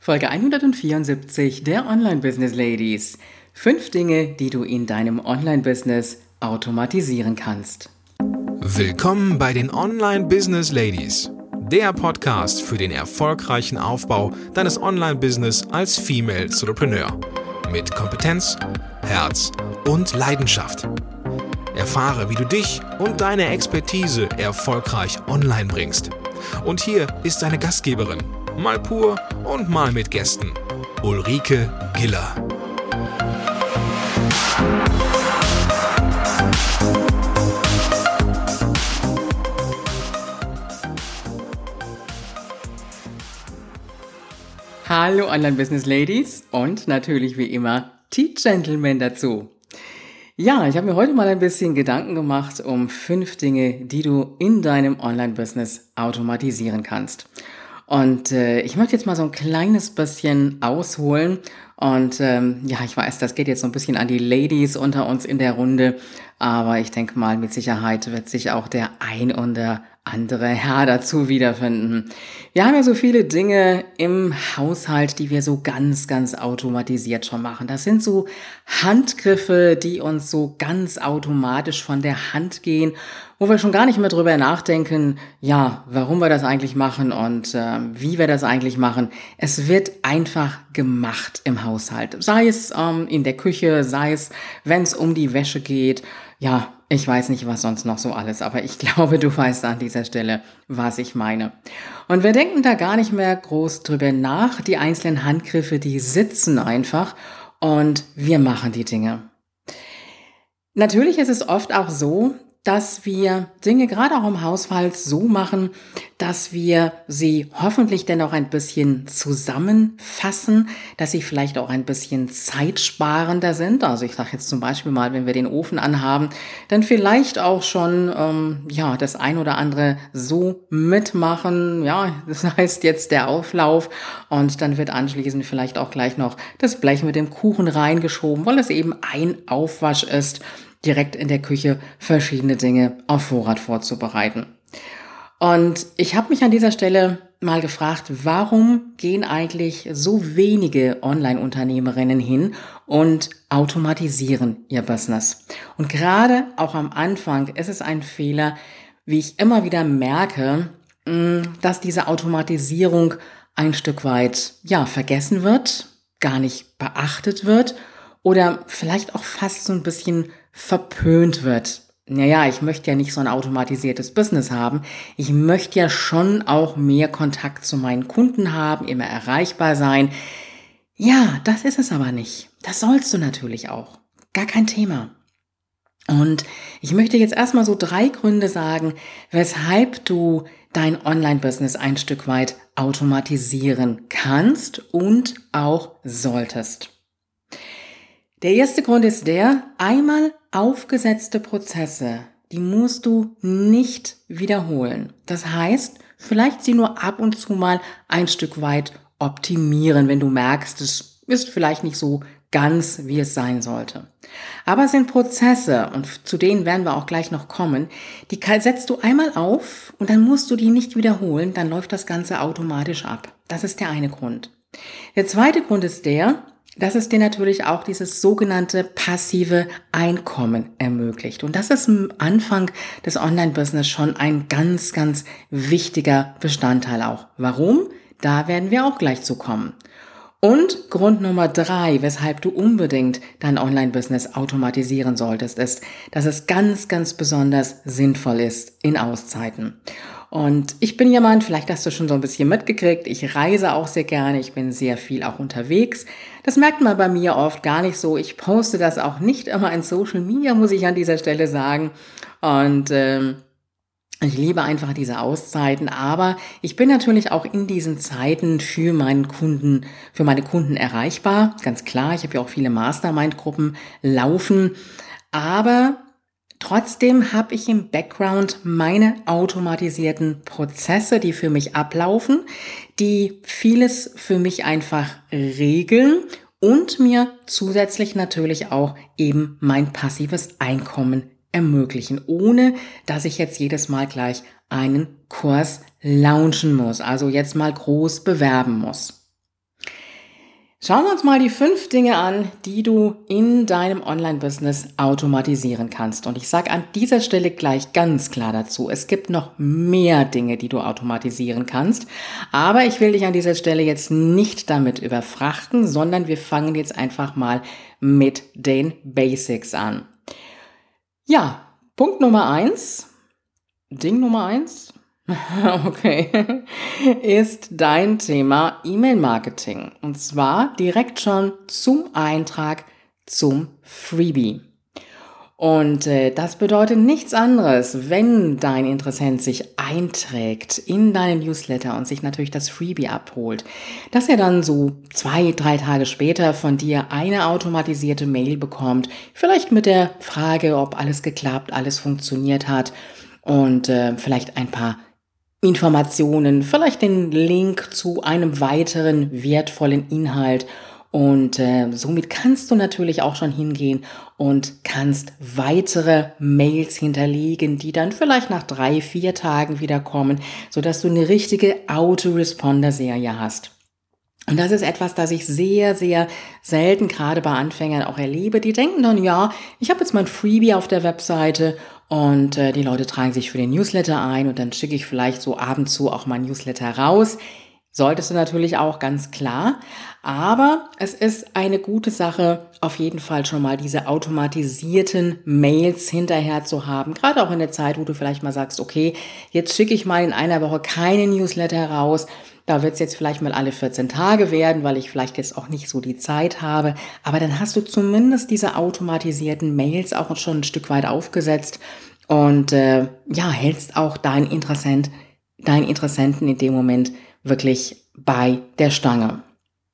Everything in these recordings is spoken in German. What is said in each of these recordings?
Folge 174 der Online-Business Ladies. 5 Dinge, die du in deinem Online-Business automatisieren kannst. Willkommen bei den Online-Business Ladies, der Podcast für den erfolgreichen Aufbau deines Online-Business als Female Entrepreneur. Mit Kompetenz, Herz und Leidenschaft. Erfahre, wie du dich und deine Expertise erfolgreich online bringst. Und hier ist deine Gastgeberin, mal pur und mal mit Gästen, Ulrike Giller. Hallo Online-Business Ladies und natürlich wie immer die Gentlemen dazu. Ja, ich habe mir heute mal ein bisschen Gedanken gemacht um 5 Dinge, die du in deinem Online-Business automatisieren kannst. Und ich möchte jetzt mal so ein kleines bisschen ausholen. Und ich weiß, das geht jetzt so ein bisschen an die Ladies unter uns in der Runde. Aber ich denke mal, mit Sicherheit wird sich auch der ein oder andere Herr dazu wiederfinden. Wir haben ja so viele Dinge im Haushalt, die wir so ganz, ganz automatisiert schon machen. Das sind so Handgriffe, die uns so ganz automatisch von der Hand gehen, wo wir schon gar nicht mehr drüber nachdenken, ja, warum wir das eigentlich machen und wie wir das eigentlich machen. Es wird einfach gemacht im Haushalt. Sei es in der Küche, sei es, wenn es um die Wäsche geht. Ja, ich weiß nicht, was sonst noch so alles, aber ich glaube, du weißt an dieser Stelle, was ich meine. Und wir denken da gar nicht mehr groß drüber nach. Die einzelnen Handgriffe, die sitzen einfach und wir machen die Dinge. Natürlich ist es oft auch so, dass wir Dinge gerade auch im Haushalt so machen, dass wir sie hoffentlich dennoch ein bisschen zusammenfassen, dass sie vielleicht auch ein bisschen zeitsparender sind. Also ich sage jetzt zum Beispiel mal, wenn wir den Ofen anhaben, dann vielleicht auch schon das ein oder andere so mitmachen. Ja, das heißt jetzt der Auflauf und dann wird anschließend vielleicht auch gleich noch das Blech mit dem Kuchen reingeschoben, weil es eben ein Aufwasch ist, direkt in der Küche verschiedene Dinge auf Vorrat vorzubereiten. Und ich habe mich an dieser Stelle mal gefragt, warum gehen eigentlich so wenige Online-Unternehmerinnen hin und automatisieren ihr Business? Und gerade auch am Anfang ist es ein Fehler, wie ich immer wieder merke, dass diese Automatisierung ein Stück weit vergessen wird, gar nicht beachtet wird oder vielleicht auch fast so ein bisschen verpönt wird. Naja, ich möchte ja nicht so ein automatisiertes Business haben. Ich möchte ja schon auch mehr Kontakt zu meinen Kunden haben, immer erreichbar sein. Ja, das ist es aber nicht. Das sollst du natürlich auch. Gar kein Thema. Und ich möchte jetzt erstmal so 3 Gründe sagen, weshalb du dein Online-Business ein Stück weit automatisieren kannst und auch solltest. Der erste Grund ist einmal aufgesetzte Prozesse, die musst du nicht wiederholen. Das heißt, vielleicht sie nur ab und zu mal ein Stück weit optimieren, wenn du merkst, es ist vielleicht nicht so ganz, wie es sein sollte. Aber es sind Prozesse, und zu denen werden wir auch gleich noch kommen, die setzt du einmal auf und dann musst du die nicht wiederholen, dann läuft das Ganze automatisch ab. Das ist der eine Grund. Der zweite Grund ist dass es dir natürlich auch dieses sogenannte passive Einkommen ermöglicht. Und das ist am Anfang des Online-Business schon ein ganz, ganz wichtiger Bestandteil auch. Warum? Da werden wir auch gleich zu kommen. Und Grund Nummer 3, weshalb du unbedingt dein Online-Business automatisieren solltest, ist, dass es ganz, ganz besonders sinnvoll ist in Auszeiten. Und ich bin jemand, vielleicht hast du schon so ein bisschen mitgekriegt, ich reise auch sehr gerne, ich bin sehr viel auch unterwegs. Das merkt man bei mir oft gar nicht so. Ich poste das auch nicht immer in Social Media, muss ich an dieser Stelle sagen. Und ich liebe einfach diese Auszeiten, aber ich bin natürlich auch in diesen Zeiten für meine Kunden erreichbar. Ganz klar, ich habe ja auch viele Mastermind-Gruppen laufen, aber trotzdem habe ich im Background meine automatisierten Prozesse, die für mich ablaufen, die vieles für mich einfach regeln und mir zusätzlich natürlich auch eben mein passives Einkommen ermöglichen, ohne dass ich jetzt jedes Mal gleich einen Kurs launchen muss, also jetzt mal groß bewerben muss. Schauen wir uns mal die 5 Dinge an, die du in deinem Online-Business automatisieren kannst. Und ich sage an dieser Stelle gleich ganz klar dazu, es gibt noch mehr Dinge, die du automatisieren kannst. Aber ich will dich an dieser Stelle jetzt nicht damit überfrachten, sondern wir fangen jetzt einfach mal mit den Basics an. Ja, Ding Nummer 1. Okay, ist dein Thema E-Mail-Marketing. Und zwar direkt schon zum Eintrag zum Freebie. Und das bedeutet nichts anderes, wenn dein Interessent sich einträgt in deinen Newsletter und sich natürlich das Freebie abholt, dass er dann so 2-3 Tage später von dir eine automatisierte Mail bekommt, vielleicht mit der Frage, ob alles geklappt, alles funktioniert hat und vielleicht ein paar Informationen, vielleicht den Link zu einem weiteren wertvollen Inhalt und somit kannst du natürlich auch schon hingehen und kannst weitere Mails hinterlegen, die dann vielleicht nach 3-4 Tagen wieder kommen, sodass du eine richtige Autoresponder-Serie hast. Und das ist etwas, das ich sehr, sehr selten gerade bei Anfängern auch erlebe. Die denken dann, ja, ich habe jetzt mein Freebie auf der Webseite und die Leute tragen sich für den Newsletter ein und dann schicke ich vielleicht so ab und zu auch mein Newsletter raus. Solltest du natürlich auch, ganz klar. Aber es ist eine gute Sache, auf jeden Fall schon mal diese automatisierten Mails hinterher zu haben. Gerade auch in der Zeit, wo du vielleicht mal sagst, okay, jetzt schicke ich mal in einer Woche keine Newsletter raus. Da wird es jetzt vielleicht mal alle 14 Tage werden, weil ich vielleicht jetzt auch nicht so die Zeit habe. Aber dann hast du zumindest diese automatisierten Mails auch schon ein Stück weit aufgesetzt und hältst auch deinen Interessenten in dem Moment wirklich bei der Stange.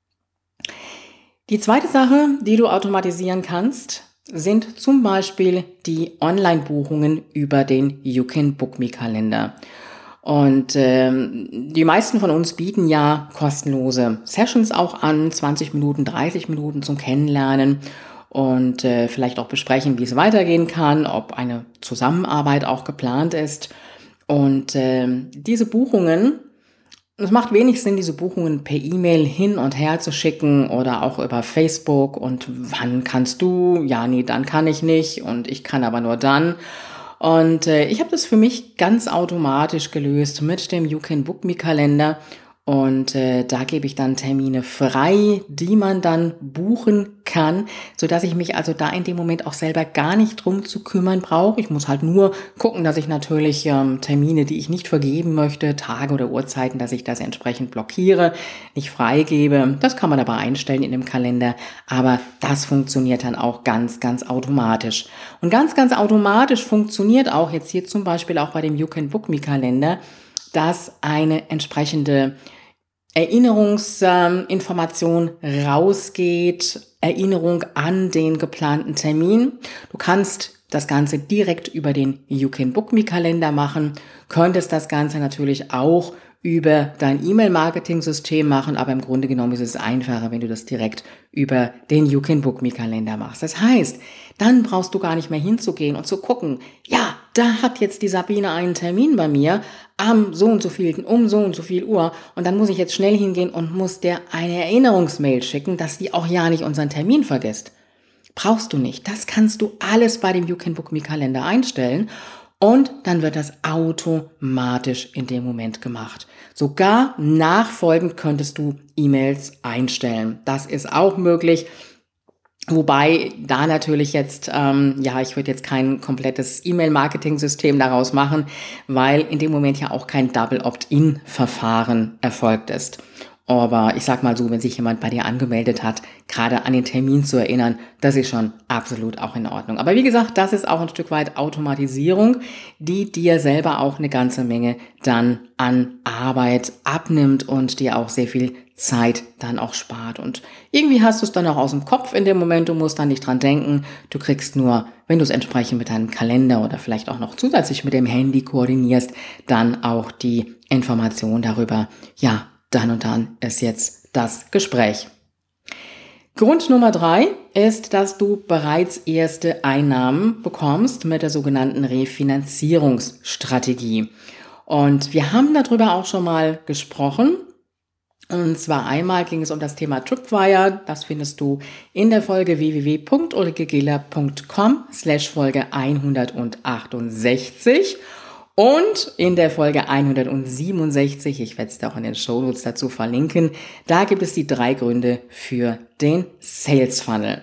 Die zweite Sache, die du automatisieren kannst, sind zum Beispiel die Online-Buchungen über den You Can Book Me Kalender. Und die meisten von uns bieten ja kostenlose Sessions auch an, 20 Minuten, 30 Minuten zum Kennenlernen und vielleicht auch besprechen, wie es weitergehen kann, ob eine Zusammenarbeit auch geplant ist. Und diese Buchungen, es macht wenig Sinn, diese Buchungen per E-Mail hin und her zu schicken oder auch über Facebook und wann kannst du? Ja, nee, dann kann ich nicht und ich kann aber nur dann. Und ich habe das für mich ganz automatisch gelöst mit dem You Can Book Me Kalender und da gebe ich dann Termine frei, die man dann buchen kann, sodass ich mich also da in dem Moment auch selber gar nicht drum zu kümmern brauche. Ich muss halt nur gucken, dass ich natürlich Termine, die ich nicht vergeben möchte, Tage oder Uhrzeiten, dass ich das entsprechend blockiere, nicht freigebe. Das kann man aber einstellen in dem Kalender, aber das funktioniert dann auch ganz, ganz automatisch. Und ganz, ganz automatisch funktioniert auch jetzt hier zum Beispiel auch bei dem You Can Book Me Kalender, dass eine entsprechende Erinnerungsinformation rausgeht, Erinnerung an den geplanten Termin. Du kannst das Ganze direkt über den You Can Book Me Kalender machen, könntest das Ganze natürlich auch über dein E-Mail-Marketing-System machen, aber im Grunde genommen ist es einfacher, wenn du das direkt über den You Can Book Me Kalender machst. Das heißt, dann brauchst du gar nicht mehr hinzugehen und zu gucken, ja, da hat jetzt die Sabine einen Termin bei mir am so und so viel, um so und so viel Uhr und dann muss ich jetzt schnell hingehen und muss der eine Erinnerungsmail schicken, dass die auch ja nicht unseren Termin vergisst. Brauchst du nicht. Das kannst du alles bei dem You Can Book Me Kalender einstellen und dann wird das automatisch in dem Moment gemacht. Sogar nachfolgend könntest du E-Mails einstellen. Das ist auch möglich. Wobei da natürlich jetzt, ich würde jetzt kein komplettes E-Mail-Marketing-System daraus machen, weil in dem Moment ja auch kein Double-Opt-in-Verfahren erfolgt ist. Aber ich sag mal so, wenn sich jemand bei dir angemeldet hat, gerade an den Termin zu erinnern, das ist schon absolut auch in Ordnung. Aber wie gesagt, das ist auch ein Stück weit Automatisierung, die dir selber auch eine ganze Menge dann an Arbeit abnimmt und dir auch sehr viel Zeit dann auch spart. Und irgendwie hast du es dann auch aus dem Kopf in dem Moment, du musst dann nicht dran denken. Du kriegst nur, wenn du es entsprechend mit deinem Kalender oder vielleicht auch noch zusätzlich mit dem Handy koordinierst, dann auch die Information darüber, ja, dann und dann ist jetzt das Gespräch. Grund Nummer 3 ist, dass du bereits erste Einnahmen bekommst mit der sogenannten Refinanzierungsstrategie. Und wir haben darüber auch schon mal gesprochen. Und zwar einmal ging es um das Thema Tripwire. Das findest du in der Folge www.ulrikegiller.com/Folge 168. Und in der Folge 167, ich werde es dir auch in den Shownotes dazu verlinken, da gibt es die 3 Gründe für den Sales Funnel.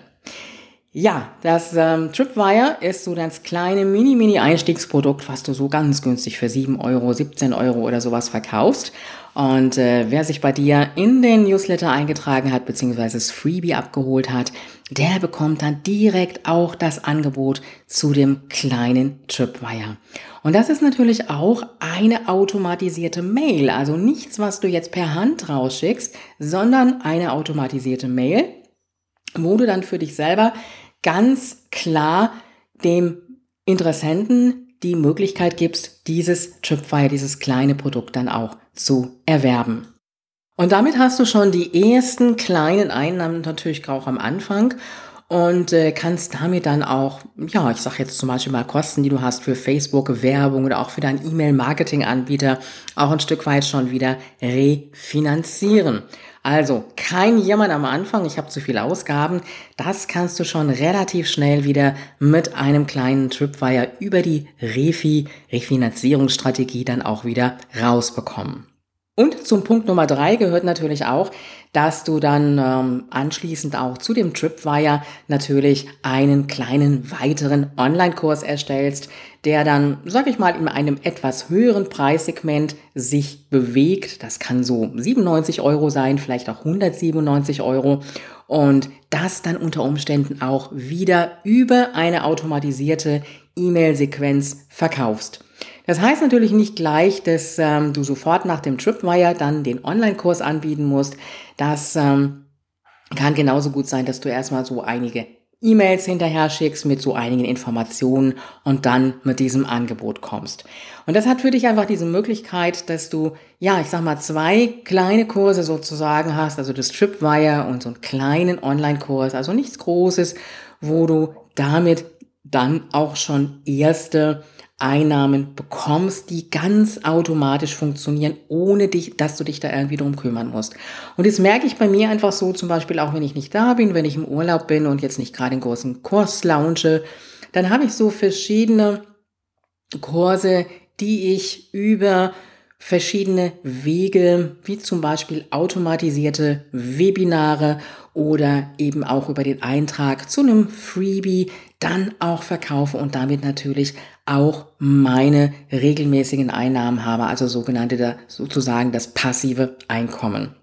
Ja, das Tripwire ist so das kleine Mini-Einstiegsprodukt, was du so ganz günstig für 7 Euro, 17 Euro oder sowas verkaufst. Und wer sich bei dir in den Newsletter eingetragen hat, beziehungsweise das Freebie abgeholt hat, der bekommt dann direkt auch das Angebot zu dem kleinen Tripwire. Und das ist natürlich auch eine automatisierte Mail, also nichts, was du jetzt per Hand rausschickst, sondern eine automatisierte Mail, wo du dann für dich selber ganz klar dem Interessenten die Möglichkeit gibst, dieses Tripwire, dieses kleine Produkt dann auch zu erwerben. Und damit hast du schon die ersten kleinen Einnahmen natürlich auch am Anfang und kannst damit dann auch, ja, ich sage jetzt zum Beispiel mal Kosten, die du hast für Facebook-Werbung oder auch für deinen E-Mail-Marketing-Anbieter auch ein Stück weit schon wieder refinanzieren. Also kein Jammern am Anfang, ich habe zu viele Ausgaben, das kannst du schon relativ schnell wieder mit einem kleinen Tripwire über die Refinanzierungsstrategie dann auch wieder rausbekommen. Und zum Punkt Nummer 3 gehört natürlich auch, dass du dann anschließend auch zu dem Tripwire natürlich einen kleinen weiteren Online-Kurs erstellst, der dann, sag ich mal, in einem etwas höheren Preissegment sich bewegt. Das kann so 97 Euro sein, vielleicht auch 197 Euro. Und das dann unter Umständen auch wieder über eine automatisierte E-Mail-Sequenz verkaufst. Das heißt natürlich nicht gleich, dass du sofort nach dem Tripwire dann den Online-Kurs anbieten musst. Das kann genauso gut sein, dass du erstmal so einige E-Mails hinterher schickst mit so einigen Informationen und dann mit diesem Angebot kommst. Und das hat für dich einfach diese Möglichkeit, dass du, ja, ich sag mal 2 kleine Kurse sozusagen hast, also das Tripwire und so einen kleinen Online-Kurs, also nichts Großes, wo du damit dann auch schon erste Einnahmen bekommst, die ganz automatisch funktionieren, ohne dass du dich da irgendwie drum kümmern musst. Und das merke ich bei mir einfach so, zum Beispiel auch wenn ich nicht da bin, wenn ich im Urlaub bin und jetzt nicht gerade einen großen Kurs launche, dann habe ich so verschiedene Kurse, die ich über verschiedene Wege, wie zum Beispiel automatisierte Webinare oder eben auch über den Eintrag zu einem Freebie dann auch verkaufe und damit natürlich auch meine regelmäßigen Einnahmen habe, also sozusagen das passive Einkommen.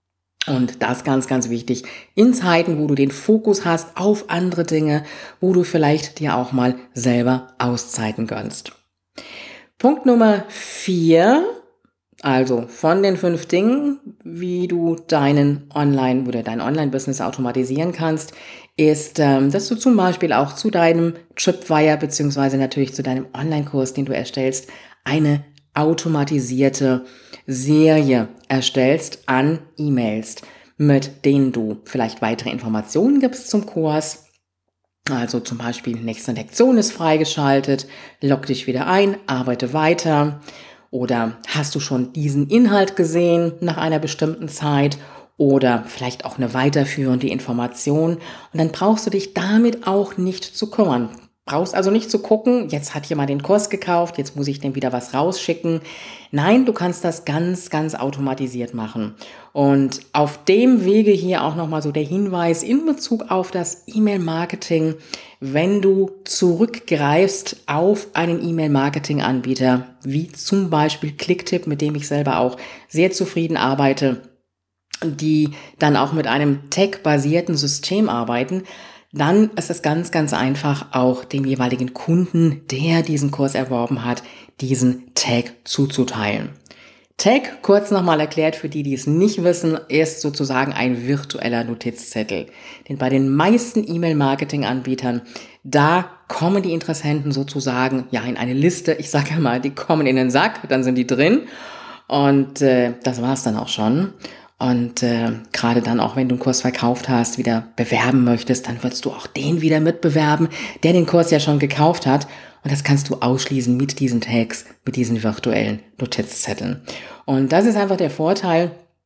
Und das ganz, ganz wichtig in Zeiten, wo du den Fokus hast auf andere Dinge, wo du vielleicht dir auch mal selber Auszeiten gönnst. Punkt Nummer 4, also von den 5 Dingen, wie du dein Online-Business automatisieren kannst, ist, dass du zum Beispiel auch zu deinem Tripwire beziehungsweise natürlich zu deinem Online-Kurs, den du erstellst, eine automatisierte Serie erstellst an E-Mails, mit denen du vielleicht weitere Informationen gibst zum Kurs. Also zum Beispiel, nächste Lektion ist freigeschaltet, log dich wieder ein, arbeite weiter. Oder hast du schon diesen Inhalt gesehen nach einer bestimmten Zeit? Oder vielleicht auch eine weiterführende Information. Und dann brauchst du dich damit auch nicht zu kümmern. Brauchst also nicht zu gucken, jetzt hat jemand den Kurs gekauft, jetzt muss ich dem wieder was rausschicken. Nein, du kannst das ganz, ganz automatisiert machen. Und auf dem Wege hier auch nochmal so der Hinweis in Bezug auf das E-Mail-Marketing. Wenn du zurückgreifst auf einen E-Mail-Marketing-Anbieter, wie zum Beispiel Clicktip, mit dem ich selber auch sehr zufrieden arbeite, die dann auch mit einem Tag-basierten System arbeiten, dann ist es ganz, ganz einfach, auch dem jeweiligen Kunden, der diesen Kurs erworben hat, diesen Tag zuzuteilen. Tag, kurz nochmal erklärt für die, die es nicht wissen, ist sozusagen ein virtueller Notizzettel. Denn bei den meisten E-Mail-Marketing-Anbietern, da kommen die Interessenten sozusagen ja in eine Liste. Ich sage ja mal, die kommen in den Sack, dann sind die drin und das war's dann auch schon. Und gerade dann auch, wenn du einen Kurs verkauft hast, wieder bewerben möchtest, dann würdest du auch den wieder mitbewerben, der den Kurs ja schon gekauft hat. Und das kannst du ausschließen mit diesen Tags, mit diesen virtuellen Notizzetteln. Und das ist einfach der Vorteil,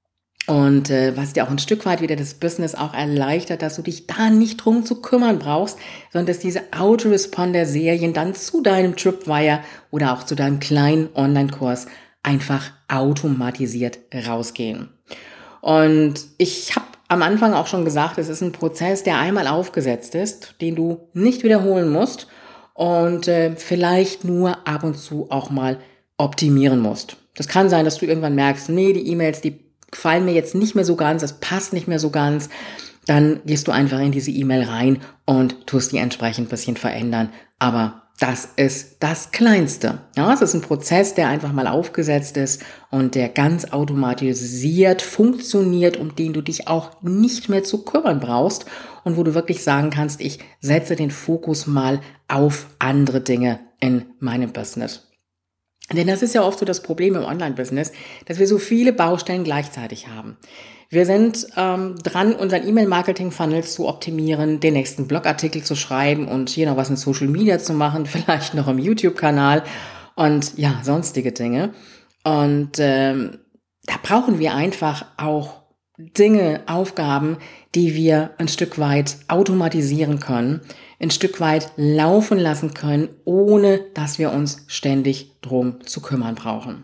Und was dir auch ein Stück weit wieder das Business auch erleichtert, dass du dich da nicht drum zu kümmern brauchst, sondern dass diese Autoresponder-Serien dann zu deinem Tripwire oder auch zu deinem kleinen Online-Kurs einfach automatisiert rausgehen. Und ich habe am Anfang auch schon gesagt, es ist ein Prozess, der einmal aufgesetzt ist, den du nicht wiederholen musst und vielleicht nur ab und zu auch mal optimieren musst. Das kann sein, dass du irgendwann merkst, nee, die E-Mails, die gefallen mir jetzt nicht mehr so ganz, das passt nicht mehr so ganz. Dann gehst du einfach in diese E-Mail rein und tust die entsprechend ein bisschen verändern. Aber das ist das Kleinste. Ja, es ist ein Prozess, der einfach mal aufgesetzt ist und der ganz automatisiert funktioniert, um den du dich auch nicht mehr zu kümmern brauchst und wo du wirklich sagen kannst, ich setze den Fokus mal auf andere Dinge in meinem Business. Denn das ist ja oft so das Problem im Online-Business, dass wir so viele Baustellen gleichzeitig haben. Wir sind dran, unseren E-Mail-Marketing-Funnel zu optimieren, den nächsten Blogartikel zu schreiben und hier noch was in Social Media zu machen, vielleicht noch im YouTube-Kanal und ja, sonstige Dinge. Und da brauchen wir einfach auch Dinge, Aufgaben, die wir ein Stück weit automatisieren können, ein Stück weit laufen lassen können, ohne dass wir uns ständig drum zu kümmern brauchen.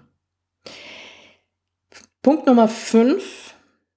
Punkt Nummer 5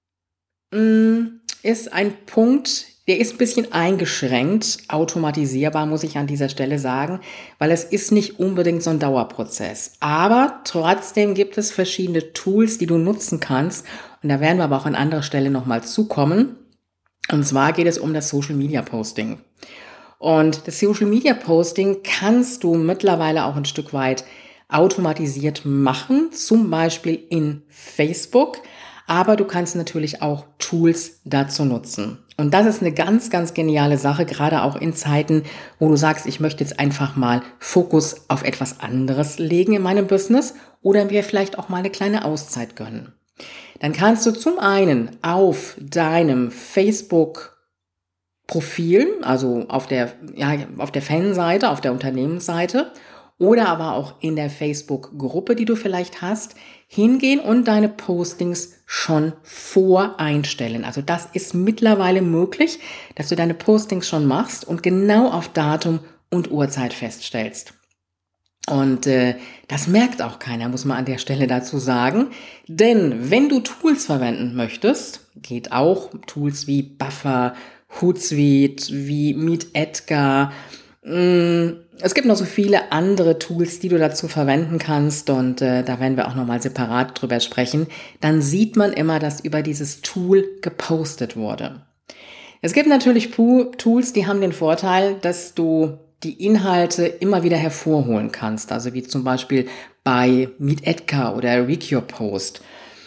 ist ein Punkt, der ist ein bisschen eingeschränkt, automatisierbar, muss ich an dieser Stelle sagen, weil es ist nicht unbedingt so ein Dauerprozess. Aber trotzdem gibt es verschiedene Tools, die du nutzen kannst. Und da werden wir aber auch an anderer Stelle nochmal zukommen. Und zwar geht es um das Social Media Posting. Und das Social Media Posting kannst du mittlerweile auch ein Stück weit automatisiert machen, zum Beispiel in Facebook. Aber du kannst natürlich auch Tools dazu nutzen. Und das ist eine ganz, ganz geniale Sache, gerade auch in Zeiten, wo du sagst, ich möchte jetzt einfach mal Fokus auf etwas anderes legen in meinem Business oder mir vielleicht auch mal eine kleine Auszeit gönnen. Dann kannst du zum einen auf deinem Facebook-Profil, also auf der Fanseite, auf der Unternehmensseite oder aber auch in der Facebook-Gruppe, die du vielleicht hast, hingehen und deine Postings schon voreinstellen. Also das ist mittlerweile möglich, dass du deine Postings schon machst und genau auf Datum und Uhrzeit feststellst. Und das merkt auch keiner, muss man an der Stelle dazu sagen. Denn wenn du Tools verwenden möchtest, geht auch Tools wie Buffer, Hootsuite, wie MeetEdgar. Es gibt noch so viele andere Tools, die du dazu verwenden kannst und da werden wir auch nochmal separat drüber sprechen. Dann sieht man immer, dass über dieses Tool gepostet wurde. Es gibt natürlich Tools, die haben den Vorteil, dass du die Inhalte immer wieder hervorholen kannst. Also wie zum Beispiel bei MeetEdgar oder RecurePost.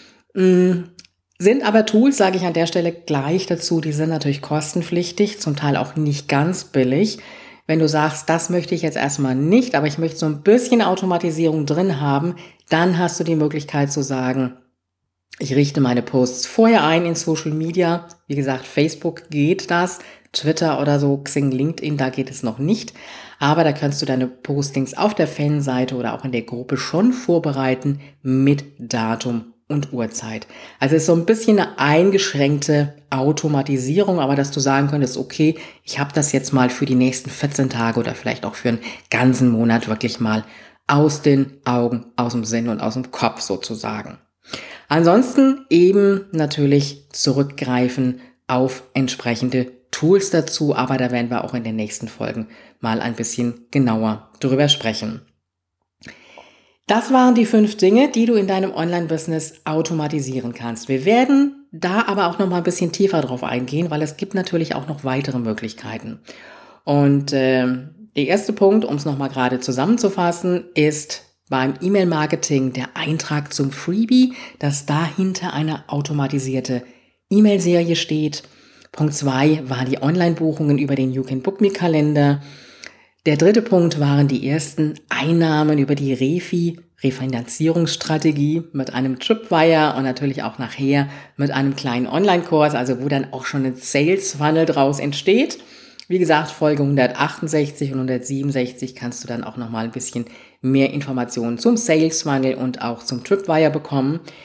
Sind aber Tools, sage ich an der Stelle gleich dazu, die sind natürlich kostenpflichtig, zum Teil auch nicht ganz billig. Wenn du sagst, das möchte ich jetzt erstmal nicht, aber ich möchte so ein bisschen Automatisierung drin haben, dann hast du die Möglichkeit zu sagen, ich richte meine Posts vorher ein in Social Media. Wie gesagt, Facebook geht das, Twitter oder so, Xing, LinkedIn, da geht es noch nicht. Aber da kannst du deine Postings auf der Fanseite oder auch in der Gruppe schon vorbereiten mit Datum und Uhrzeit. Also es ist so ein bisschen eine eingeschränkte Automatisierung, aber dass du sagen könntest, okay, ich habe das jetzt mal für die nächsten 14 Tage oder vielleicht auch für einen ganzen Monat wirklich mal aus den Augen, aus dem Sinn und aus dem Kopf sozusagen. Ansonsten eben natürlich zurückgreifen auf entsprechende Tools dazu, aber da werden wir auch in den nächsten Folgen mal ein bisschen genauer drüber sprechen. Das waren die 5 Dinge, die du in deinem Online-Business automatisieren kannst. Wir werden da aber auch noch mal ein bisschen tiefer drauf eingehen, weil es gibt natürlich auch noch weitere Möglichkeiten. Und der erste Punkt, um es noch mal gerade zusammenzufassen, ist beim E-Mail-Marketing der Eintrag zum Freebie, dass dahinter eine automatisierte E-Mail-Serie steht. Punkt 2 waren die Online-Buchungen über den You Can Book Me Kalender. Der dritte Punkt waren die ersten Einnahmen über die Refinanzierungsstrategie mit einem Tripwire und natürlich auch nachher mit einem kleinen Online-Kurs, also wo dann auch schon ein Sales-Funnel draus entsteht. Wie gesagt, Folge 168 und 167 kannst du dann auch nochmal ein bisschen mehr Informationen zum Sales-Funnel und auch zum Tripwire bekommen.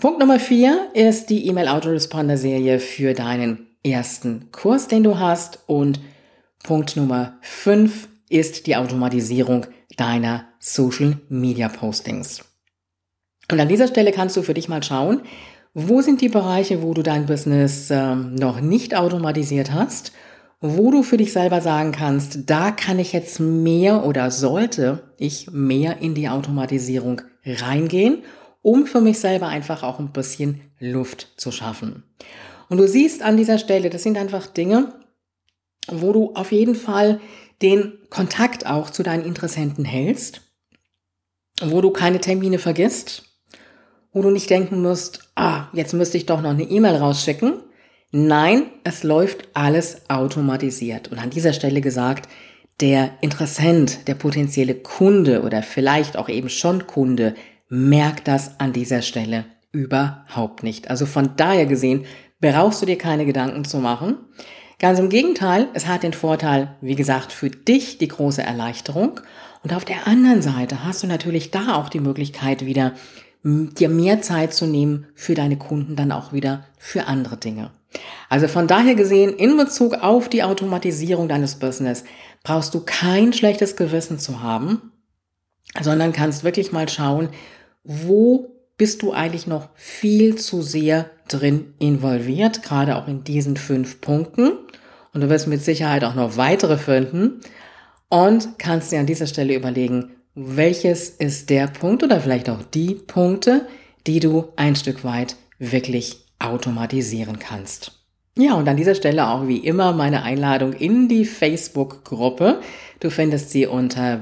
Punkt Nummer 4 ist die E-Mail-Autoresponder-Serie für deinen ersten Kurs, den du hast. Und Punkt Nummer 5 ist die Automatisierung deiner Social-Media-Postings. Und an dieser Stelle kannst du für dich mal schauen, wo sind die Bereiche, wo du dein Business noch nicht automatisiert hast, wo du für dich selber sagen kannst, da kann ich jetzt mehr oder sollte ich mehr in die Automatisierung reingehen, um für mich selber einfach auch ein bisschen Luft zu schaffen. Und du siehst an dieser Stelle, das sind einfach Dinge, wo du auf jeden Fall den Kontakt auch zu deinen Interessenten hältst, wo du keine Termine vergisst, wo du nicht denken musst, jetzt müsste ich doch noch eine E-Mail rausschicken. Nein, es läuft alles automatisiert. Und an dieser Stelle gesagt, der Interessent, der potenzielle Kunde oder vielleicht auch eben schon Kunde, merkt das an dieser Stelle überhaupt nicht. Also von daher gesehen, brauchst du dir keine Gedanken zu machen. Ganz im Gegenteil, es hat den Vorteil, wie gesagt, für dich die große Erleichterung. Und auf der anderen Seite hast du natürlich da auch die Möglichkeit wieder, dir mehr Zeit zu nehmen für deine Kunden, dann auch wieder für andere Dinge. Also von daher gesehen, in Bezug auf die Automatisierung deines Business, brauchst du kein schlechtes Gewissen zu haben, sondern kannst wirklich mal schauen, wo bist du eigentlich noch viel zu sehr drin involviert, gerade auch in diesen 5 Punkten. Und du wirst mit Sicherheit auch noch weitere finden und kannst dir an dieser Stelle überlegen, welches ist der Punkt oder vielleicht auch die Punkte, die du ein Stück weit wirklich automatisieren kannst. Ja, und an dieser Stelle auch wie immer meine Einladung in die Facebook-Gruppe. Du findest sie unter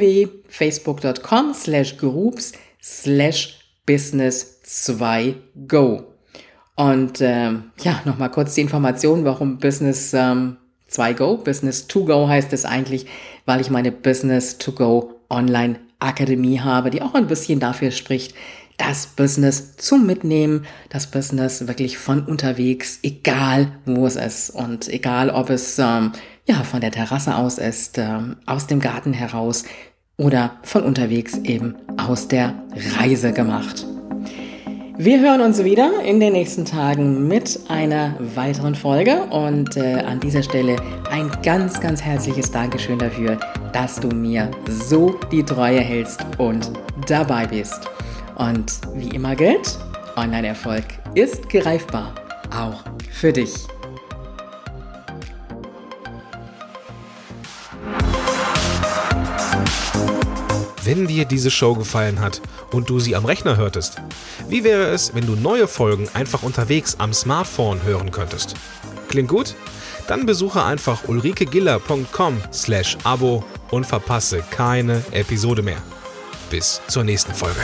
www.facebook.com/groups/business2go. Und nochmal kurz die Information, warum Business 2go, Business to go heißt es eigentlich, weil ich meine Business to go Online Akademie habe, die auch ein bisschen dafür spricht, das Business zum Mitnehmen, das Business wirklich von unterwegs, egal wo es ist und egal ob es von der Terrasse aus ist, aus dem Garten heraus oder von unterwegs eben aus der Reise gemacht. Wir hören uns wieder in den nächsten Tagen mit einer weiteren Folge und an dieser Stelle ein ganz, ganz herzliches Dankeschön dafür, dass du mir so die Treue hältst und dabei bist. Und wie immer gilt, Online-Erfolg ist greifbar, auch für dich. Wenn dir diese Show gefallen hat und du sie am Rechner hörtest, wie wäre es, wenn du neue Folgen einfach unterwegs am Smartphone hören könntest? Klingt gut? Dann besuche einfach ulrikegiller.com/Abo und verpasse keine Episode mehr. Bis zur nächsten Folge.